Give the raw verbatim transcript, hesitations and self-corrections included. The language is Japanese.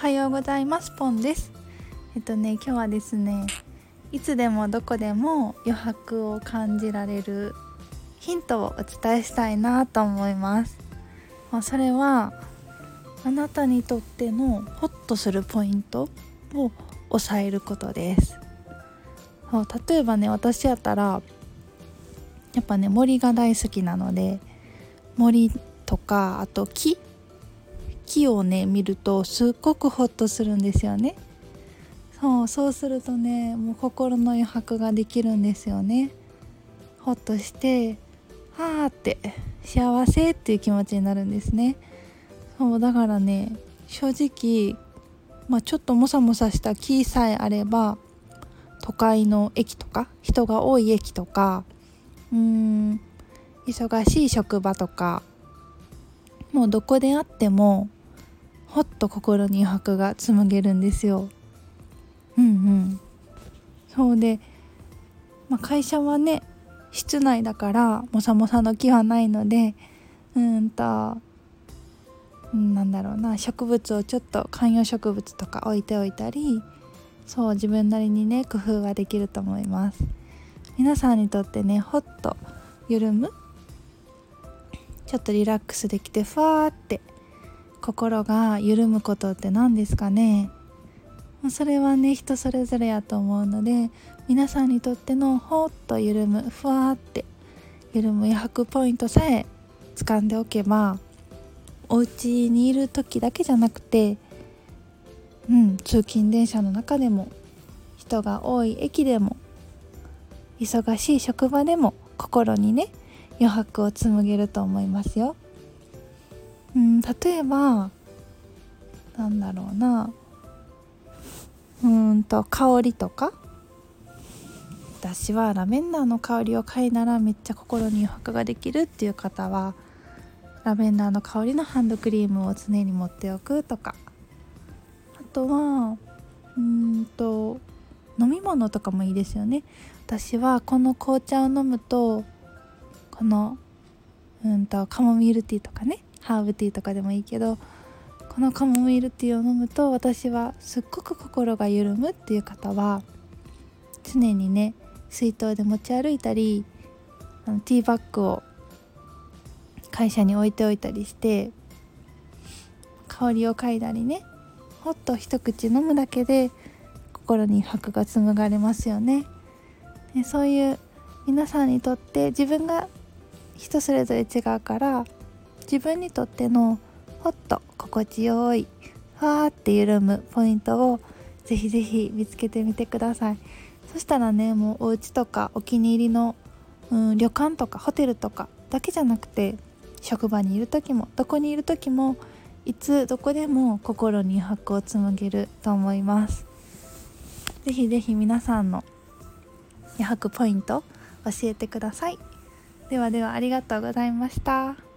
はようございます。ポンです。えっとね今日はですね、いつでもどこでも余白を感じられるヒントをお伝えしたいなと思います。それはあなたにとってのホッとするポイントを抑えることです。例えばね、私やったらやっぱね森が大好きなので、森とかあと木木をね見るとすっごくホッとするんですよね。そうそうするとね、もう心の余白ができるんですよね。ホッとしてはーって幸せっていう気持ちになるんですね。そうだからね、正直、まあ、ちょっとモサモサした木さえあれば、都会の駅とか人が多い駅とかうーん忙しい職場とか、もうどこであってもほっと心に余白が紡げるんですよ。うんうんそうで、まあ、会社はね室内だからモサモサの木はないので、うーんとなんだろうな、植物をちょっと観葉植物とか置いておいたり、そう自分なりにね工夫はできると思います。皆さんにとってねほっと緩む、ちょっとリラックスできてふわーって心が緩むことって何ですかね。それはね人それぞれやと思うので、皆さんにとってのほっと緩む、ふわーって緩む余白ポイントさえ掴んでおけば、お家にいる時だけじゃなくて、うん、通勤電車の中でも、人が多い駅でも、忙しい職場でも心にね余白を紡げると思いますよ。うん、例えばなんだろうな、うーんと香りとか、私はラベンダーの香りを嗅いだらめっちゃ心に余白ができるっていう方は、ラベンダーの香りのハンドクリームを常に持っておくとか、あとはうーんと飲み物とかもいいですよね。私はこの紅茶を飲むと、このうんとカモミールティーとかね、ハーブティーとかでもいいけど、このカモミールティーを飲むと私はすっごく心が緩むっていう方は、常にね水筒で持ち歩いたり、あのティーバッグを会社に置いておいたりして、香りを嗅いだりね、ほっと一口飲むだけで心に余白が紡がれますよね。でそういう皆さんにとって、自分が人それぞれ違うから、自分にとってのほっと心地よいふわーって緩むポイントをぜひぜひ見つけてみてください。そしたらね、もうお家とかお気に入りの、うん、旅館とかホテルとかだけじゃなくて、職場にいる時もどこにいる時も、いつどこでも心に余白を紡げると思います。ぜひぜひ皆さんの余白ポイント教えてください。ではでは、ありがとうございました。